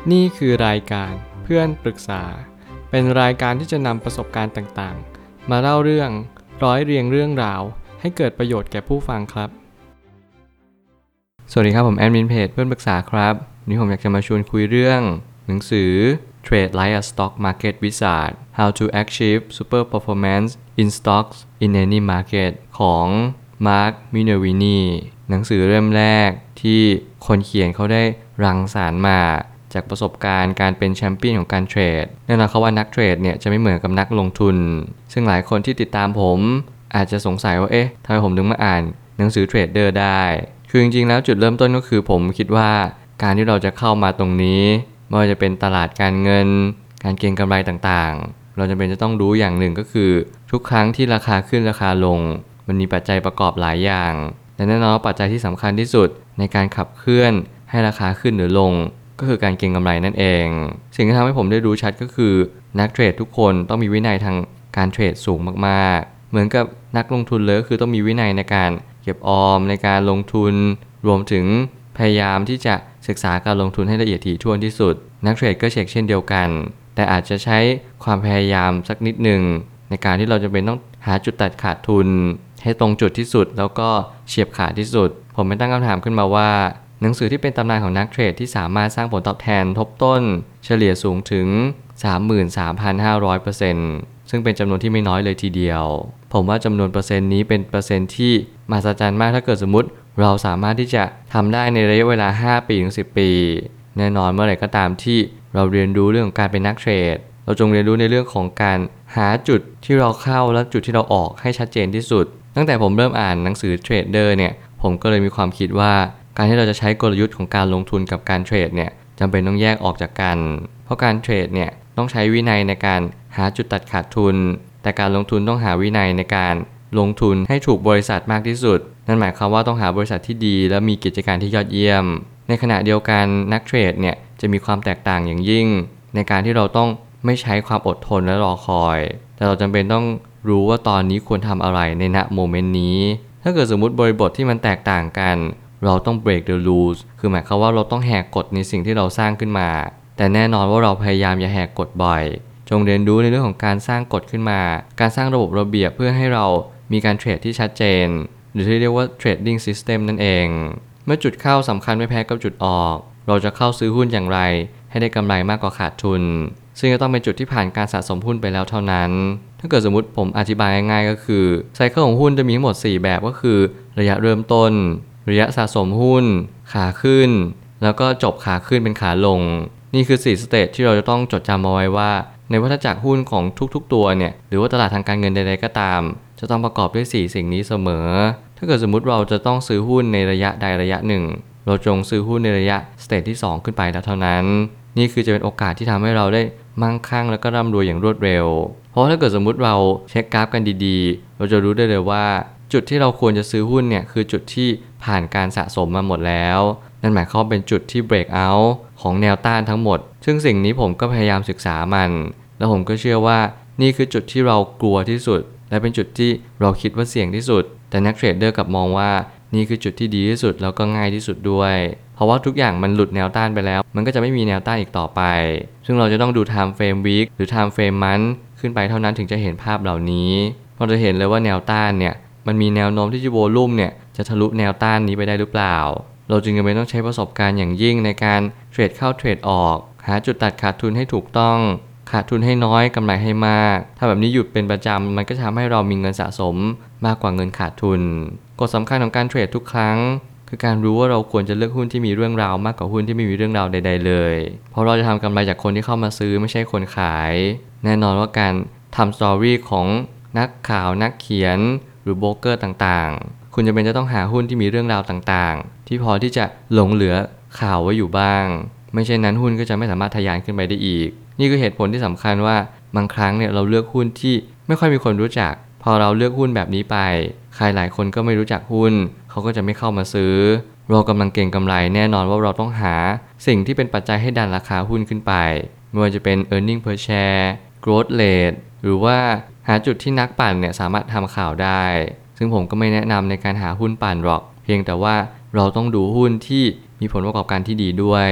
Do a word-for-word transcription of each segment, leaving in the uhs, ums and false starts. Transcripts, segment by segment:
นี่คือรายการเพื่อนปรึกษาเป็นรายการที่จะนำประสบการณ์ต่างๆมาเล่าเรื่องร้อยเรียงเรื่องราวให้เกิดประโยชน์แก่ผู้ฟังครับสวัสดีครับผมแอดมินเพจเพื่อนปรึกษาครับวันนี้ผมอยากจะมาชวนคุยเรื่องหนังสือ Trade Like a Stock Market Wizard How to Achieve Super Performance in Stocks in Any Market ของ Mark Minervini หนังสือเล่มแรกที่คนเขียนเขาได้รังสรรค์มาจากประสบการณ์การเป็นแชมเปี้ยนของการเทรดแน่นอนเขาว่านักเทรดเนี่ยจะไม่เหมือนกับนักลงทุนซึ่งหลายคนที่ติดตามผมอาจจะสงสัยว่าเอ๊ะทำไมผมถึงมาอ่านหนังสือเทรดเดอร์ได้คือจริงๆแล้วจุดเริ่มต้นก็คือผมคิดว่าการที่เราจะเข้ามาตรงนี้ไม่ว่าจะเป็นตลาดการเงินการเก็งกำไรต่างๆเราจำเป็นจะต้องรู้อย่างหนึ่งก็คือทุกครั้งที่ราคาขึ้นราคาลงมันมีปัจจัยประกอบหลายอย่างและแน่นอนปัจจัยที่สำคัญที่สุดในการขับเคลื่อนให้ราคาขึ้นหรือลงก็คือการเก็งกำไรนั่นเองสิ่งที่ทำให้ผมได้รู้ชัดก็คือนักเทรดทุกคนต้องมีวินัยทางการเทรดสูงมากๆเหมือนกับนักลงทุนเลยก็คือต้องมีวินัยในการเก็บออมในการลงทุนรวมถึงพยายามที่จะศึกษาการลงทุนให้ละเอียดถี่ถ้วนที่สุดนักเทรดก็เช็คเช่นเดียวกันแต่อาจจะใช้ความพยายามสักนิดหนึ่งในการที่เราจะเป็นต้องหาจุดตัดขาดทุนให้ตรงจุดที่สุดแล้วก็เฉียบขาดที่สุดผมไม่ตั้งคำถามขึ้นมาว่าหนังสือที่เป็นตำนานของนักเทรดที่สามารถสร้างผลตอบแทนทบต้นเฉลี่ยสูงถึง สามหมื่นสามพันห้าร้อยเปอร์เซ็นต์ ซึ่งเป็นจำนวนที่ไม่น้อยเลยทีเดียวผมว่าจำนวนเปอร์เซ็นต์นี้เป็นเปอร์เซ็นต์ที่มหัศจรรย์มากถ้าเกิดสมมติเราสามารถที่จะทำได้ในระยะเวลาห้าปีถึงสิบปีแน่นอนเมื่อไหร่ก็ตามที่เราเรียนรู้เรื่องของการเป็นนักเทรดเราจงเรียนรู้ในเรื่องของการหาจุดที่เราเข้าและจุดที่เราออกให้ชัดเจนที่สุดตั้งแต่ผมเริ่มอ่านหนังสือเทรดเดอร์เนี่ยผมก็เลยมีความคิดว่าการที่เราจะใช้กลยุทธ์ของการลงทุนกับการเทรดเนี่ยจำเป็นต้องแยกออกจากกันเพราะการเทรดเนี่ยต้องใช้วินัยในการหาจุดตัดขาดทุนแต่การลงทุนต้องหาวินัยในการลงทุนให้ถูกบริษัทมากที่สุดนั่นหมายความว่าต้องหาบริษัทที่ดีและมีกิจการที่ยอดเยี่ยมในขณะเดียวกันนักเทรดเนี่ยจะมีความแตกต่างอย่างยิ่งในการที่เราต้องไม่ใช้ความอดทนและรอคอยแต่เราจำเป็นต้องรู้ว่าตอนนี้ควรทำอะไรในณโมเมนต์นี้ถ้าเกิดสมมุติบริบทที่มันแตกต่างกันเราต้อง break the rules คือหมายความว่าเราต้องแหกกฎในสิ่งที่เราสร้างขึ้นมาแต่แน่นอนว่าเราพยายามอย่าแหกกฎบ่อยจงเรียนรู้ในเรื่องของการสร้างกฎขึ้นมาการสร้างระบบระเบียบเพื่อให้เรามีการเทรดที่ชัดเจนหรือที่เรียกว่า trading system นั่นเองเมื่อจุดเข้าสำคัญไม่แพ้กับจุดออกเราจะเข้าซื้อหุ้นอย่างไรให้ได้กำไรมากกว่าขาดทุนซึ่งจะต้องเป็นจุดที่ผ่านการสะสมหุ้นไปแล้วเท่านั้นถ้าเกิดสมมุติผมอธิบายง่ายๆก็คือไซเคิลของหุ้นจะมีทั้งหมดสี่แบบก็คือระยะเริ่มต้นระยะสะสมหุ้นขาขึ้นแล้วก็จบขาขึ้นเป็นขาลงนี่คือสี่สเตจที่เราจะต้องจดจำเอาไว้ว่าในวัฏจักรหุ้นของทุกๆตัวเนี่ยหรือว่าตลาดทางการเงินใดๆก็ตามจะต้องประกอบด้วยสี่สิ่งนี้เสมอถ้าเกิดสมมุติเราจะต้องซื้อหุ้นในระยะใดระยะหนึ่งเราจงซื้อหุ้นในระยะสเตจที่สองขึ้นไปแล้วเท่านั้นนี่คือจะเป็นโอกาสที่ทำให้เราได้มั่งคั่งแล้วก็ร่ำรวยอย่างรวดเร็วเพราะถ้าเกิดสมมุติเราเช็คกราฟกันดีๆเราจะรู้ได้เลยว่าจุดที่เราควรจะซื้อหุ้นเนี่ยคือจุดที่ผ่านการสะสมมาหมดแล้วนั่นหมายความเป็นจุดที่ break out ของแนวต้านทั้งหมดซึ่งสิ่งนี้ผมก็พยายามศึกษามันแล้วผมก็เชื่อว่านี่คือจุดที่เรากลัวที่สุดและเป็นจุดที่เราคิดว่าเสี่ยงที่สุดแต่นักเทรดเดอร์กลับมองว่านี่คือจุดที่ดีที่สุดแล้วก็ง่ายที่สุดด้วยเพราะว่าทุกอย่างมันหลุดแนวต้านไปแล้วมันก็จะไม่มีแนวต้านอีกต่อไปซึ่งเราจะต้องดู time frame week หรือ time frame month ขึ้นไปเท่านั้นถึงจะเห็นภาพเหล่านี้เราจะเห็นเลยว่าแนวต้านเนี่ยมันมีแนวโน้มที่จะโวลุ่มเนี่ยจะทะลุแนวต้านนี้ไปได้หรือเปล่าเราจึงจำเป็นต้องใช้ประสบการณ์อย่างยิ่งในการเทรดเข้าเทรดออกหาจุดตัดขาดทุนให้ถูกต้องขาดทุนให้น้อยกำไรให้มากถ้าแบบนี้หยุดเป็นประจำมันก็จะทำให้เรามีเงินสะสมมากกว่าเงินขาดทุนกฎสำคัญของการเทรดทุกครั้งคือการรู้ว่าเราควรจะเลือกหุ้นที่มีเรื่องราวมากกว่าหุ้นที่ไม่มีเรื่องราวใดๆเลยเพราะเราจะทำกำไรจากคนที่เข้ามาซื้อไม่ใช่คนขายแน่นอนว่าการทำสตอรี่ของนักข่าวนักเขียนหรือโบรกเกอร์ต่างๆคุณจะเป็นจะต้องหาหุ้นที่มีเรื่องราวต่างๆที่พอที่จะหลงเหลือข่าวไว้อยู่บ้างไม่เช่นนั้นหุ้นก็จะไม่สามารถทะยานขึ้นไปได้อีกนี่คือเหตุผลที่สำคัญว่าบางครั้งเนี่ยเราเลือกหุ้นที่ไม่ค่อยมีคนรู้จักพอเราเลือกหุ้นแบบนี้ไปใครหลายคนก็ไม่รู้จักหุ้นเขาก็จะไม่เข้ามาซื้อเรากำลังเก็งกำไรแน่นอนว่าเราต้องหาสิ่งที่เป็นปัจจัยให้ดันราคาหุ้นขึ้นไปไม่ว่าจะเป็น earning per share growth rate หรือว่าหาจุดที่นักปั่นเนี่ยสามารถทำข่าวได้ซึ่งผมก็ไม่แนะนำในการหาหุ้นปั่นหรอกเพียงแต่ว่าเราต้องดูหุ้นที่มีผลประกอบการที่ดีด้วย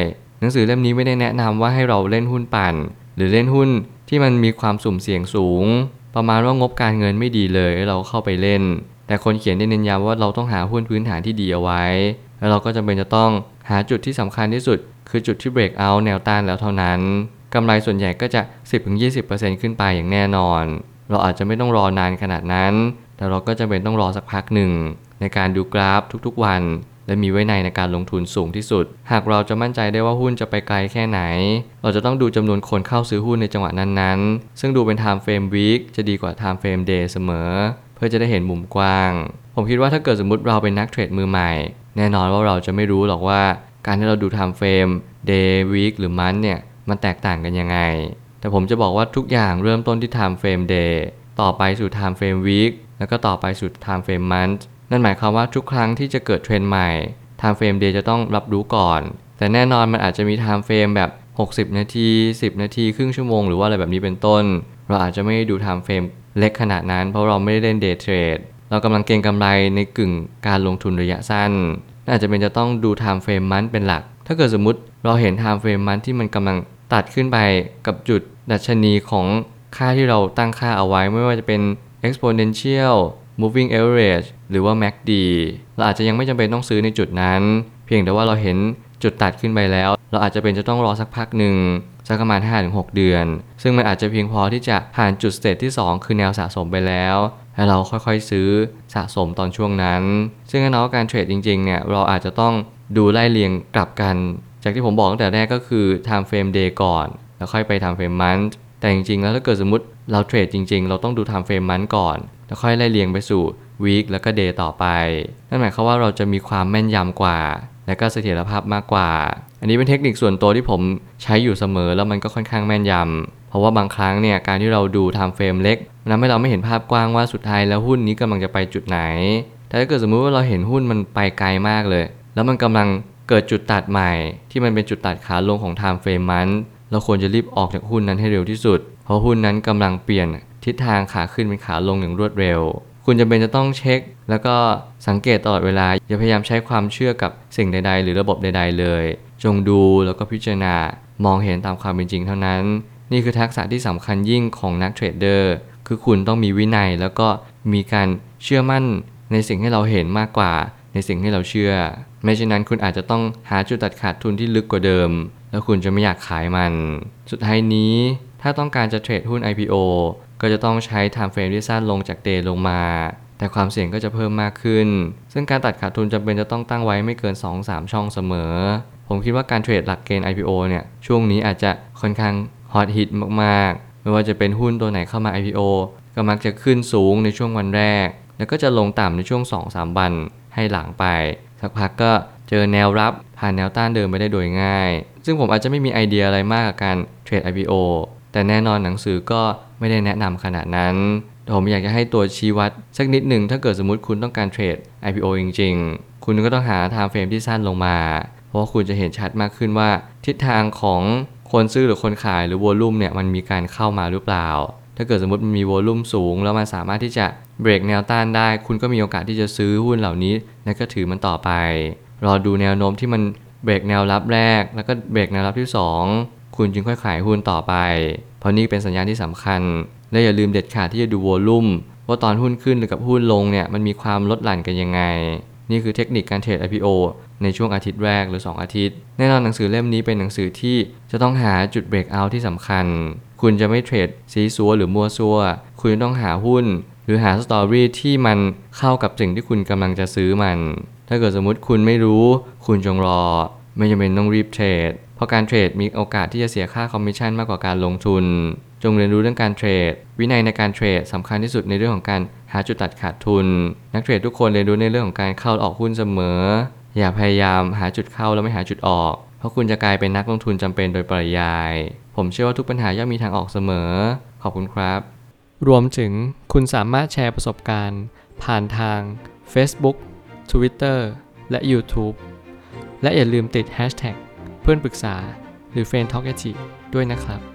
นังสือเล่มนี้ไม่ได้แนะนำว่าให้เราเล่นหุ้นปั่นหรือเล่นหุ้นที่มันมีความสุ่มเสี่ยงสูงประมาณว่างบการเงินไม่ดีเลยเราเข้าไปเล่นแต่คนเขียนได้เน้นย้ำว่าเราต้องหาหุ้นพื้นฐานที่ดีเอาไว้แล้วเราก็จำเป็นจะต้องหาจุดที่สำคัญที่สุดคือจุดที่เบรกเอาท์แนวต้านแล้วเท่านั้นกำไรส่วนใหญ่ก็จะ สิบถึงยี่สิบเปอร์เซ็นต์ ขึ้นไปอย่างแน่นอนเราอาจจะไม่ต้องรอนานขนาดนั้นแต่เราก็จำเป็นต้องรอสักพักหนึ่งในการดูกราฟทุกๆวันและมีไว้ในในการลงทุนสูงที่สุดหากเราจะมั่นใจได้ว่าหุ้นจะไปไกลแค่ไหนเราจะต้องดูจำนวนคนเข้าซื้อหุ้นในจังหวะนั้นๆซึ่งดูเป็น time frame week จะดีกว่า time frame day เสมอเพื่อจะได้เห็นมุมกว้างผมคิดว่าถ้าเกิดสมมุติเราเป็นนักเทรดมือใหม่แน่นอนว่าเราจะไม่รู้หรอกว่าการที่เราดู time frame day week หรือ month เนี่ยมันแตกต่างกันยังไงแต่ผมจะบอกว่าทุกอย่างเริ่มต้นที่ time frame day ต่อไปสู่ time frame week แล้วก็ต่อไปสู่ time frame monthนั่นหมายความว่าทุกครั้งที่จะเกิดเทรนด์ใหม่ time frame day จะต้องรับรู้ก่อนแต่แน่นอนมันอาจจะมี time frame แบบหกสิบนาทีสิบนาทีครึ่งชั่วโมงหรือว่าอะไรแบบนี้เป็นต้นเราอาจจะไม่ได้ดู time frame เล็กขนาดนั้นเพราะเราไม่ได้เล่น day trade เรากำลังเก็งกำไรในกึ่งการลงทุนระยะสั้นอาจจะเป็นจะต้องดู time frame month เป็นหลักถ้าเกิดสมมุติเราเห็น time frame month ที่มันกำลังตัดขึ้นไปกับจุดดัชนีของค่าที่เราตั้งค่าเอาไว้ไม่ว่าจะเป็น exponential moving average หรือว่า แม็ก ดี เราอาจจะยังไม่จำเป็นต้องซื้อในจุดนั้นเพียงแต่ว่าเราเห็นจุดตัดขึ้นไปแล้วเราอาจจะเป็นจะต้องรอสักพักหนึ่งสักประมาณ ห้าถึงหก เดือนซึ่งมันอาจจะเพียงพอที่จะผ่านจุดสเตจที่สองคือแนวสะสมไปแล้วแล้วเราค่อยๆซื้อสะสมตอนช่วงนั้นซึ่งแน่นอนการเทรดจริงๆเนี่ยเราอาจจะต้องดูไล่เรียงกลับกันจากที่ผมบอกตั้งแต่แรกก็คือ time frame day ก่อนแล้วค่อยไป time frame month แต่จริงๆแล้วถ้าเกิดสมมติเราเทรดจริงๆเราต้องดู time frame month ก่อนแล้วค่อยไล่เรียงไปสู่ week แล้วก็ day ต่อไปนั่นหมายความว่าเราจะมีความแม่นยำกว่าและก็เสถียรภาพมากกว่าอันนี้เป็นเทคนิคส่วนตัวที่ผมใช้อยู่เสมอแล้วมันก็ค่อนข้างแม่นยำเพราะว่าบางครั้งเนี่ยการที่เราดู time frame เล็กมันทำให้เราไม่เห็นภาพกว้างว่าสุดท้ายแล้วหุ้นนี้กำลังจะไปจุดไหนแต่ถ้าเกิดสมมุติว่าเราเห็นหุ้นมันไปไกลมากเลยแล้วมันกำลังเกิดจุดตัดใหม่ที่มันเป็นจุดตัดขาลงของ time frame มันเราควรจะรีบออกจากหุ้นนั้นให้เร็วที่สุดเพราะหุ้นนั้นกำลังเปลี่ยนทิศทางขาขึ้นเป็นขาลงอย่างรวดเร็วคุณจำเป็นจะต้องเช็คแล้วก็สังเกตตลอดเวลาอย่าพยายามใช้ความเชื่อกับสิ่งใดๆหรือระบบใดๆเลยจงดูแล้วก็พิจารณามองเห็นตามความเป็นจริงเท่านั้นนี่คือทักษะที่สำคัญยิ่งของนักเทรดเดอร์คือคุณต้องมีวินัยแล้วก็มีการเชื่อมั่นในสิ่งที่เราเห็นมากกว่าในสิ่งที่เราเชื่อไม่เช่นนั้นคุณอาจจะต้องหาจุดตัดขาดทุนที่ลึกกว่าเดิมแล้วคุณจะไม่อยากขายมันสุดท้ายนี้ถ้าต้องการจะเทรดหุ้น ไอ พี โอ ก็จะต้องใช้ time frame ที่สั้นลงจาก day ลงมาแต่ความเสี่ยงก็จะเพิ่มมากขึ้นซึ่งการตัดขาดทุนจำเป็นจะต้องตั้งไว้ไม่เกิน สองถึงสาม ช่องเสมอผมคิดว่าการเทรดหลักเกณฑ์ ไอ พี โอ เนี่ยช่วงนี้อาจจะค่อนข้างฮอตฮิตมากๆไม่ว่าจะเป็นหุ้นตัวไหนเข้ามา ไอ พี โอ ก็มักจะขึ้นสูงในช่วงวันแรกแล้วก็จะลงต่ำในช่วง สองถึงสาม วันให้หลังไปสักพักก็เจอแนวรับผ่านแนวต้านเดิมไปได้โดยง่ายซึ่งผมอาจจะไม่มีไอเดียอะไรมากกับการเทรด ไอ พี โอ แต่แน่นอนหนังสือก็ไม่ได้แนะนำขนาดนั้นผมอยากจะให้ตัวชี้วัดสักนิดหนึ่งถ้าเกิดสมมุติคุณต้องการเทรด ไอ พี โอ จริงๆคุณก็ต้องหา time frame ที่สั้นลงมาเพราะว่าคุณจะเห็นชัดมากขึ้นว่าทิศทางของคนซื้อหรือคนขายหรือ volume เนี่ยมันมีการเข้ามาหรือเปล่าถ้าเกิดสมมติมันมี volume สูงแล้วมันสามารถที่จะเบรกแนวต้านได้คุณก็มีโอกาสที่จะซื้อหุ้นเหล่านี้และก็ถือมันต่อไปรอดูแนวโน้มที่มันเบรกแนวรับแรกแล้วก็เบรกแนวรับที่สองคุณจึงค่อยขายหุ้นต่อไปเพราะนี่เป็นสัญญาณที่สำคัญและอย่าลืมเด็ดขาดที่จะดูโวลุ่มว่าตอนหุ้นขึ้นหรือกับหุ้นลงเนี่ยมันมีความลดหลั่นกันยังไงนี่คือเทคนิคการเทรด ไอ พี โอ ในช่วงอาทิตย์แรกหรือสองอาทิตย์แน่นอนหนังสือเล่มนี้เป็นหนังสือที่จะต้องหาจุดเบรกเอาท์ที่สำคัญคุณจะไม่เทรดซีซัวหรือมั่วซัวคุณต้องหาหุ้นหรือหาสตอรี่ที่มันเข้ากับสิ่งที่คุณกำลังจะซื้อมันถ้าเกิดสมมุติคุณไม่รู้คุณจงรอไม่จำเป็นต้องรีบเทรดเพราะการเทรดมีโอกาสที่จะเสียค่าคอมมิชชั่นมากกว่าการลงทุนจงเรียนรู้เรื่องการเทรดวินัยในการเทรดสำคัญที่สุดในเรื่องของการหาจุดตัดขาดทุนนักเทรดทุกคนเรียนรู้ในเรื่องของการเข้าออกหุ้นเสมออย่าพยายามหาจุดเข้าแล้วไม่หาจุดออกเพราะคุณจะกลายเป็นนักลงทุนจำเป็นโดยปริยายผมเชื่อว่าทุกปัญหาย่อมมีทางออกเสมอขอบคุณครับรวมถึงคุณสามารถแชร์ประสบการณ์ผ่านทาง Facebook Twitter และ YouTube และอย่าลืมติด แฮชแท็ก เพื่อนปรึกษาหรือ เฟรนด์ ทอล์ก แอท จี ด้วยนะครับ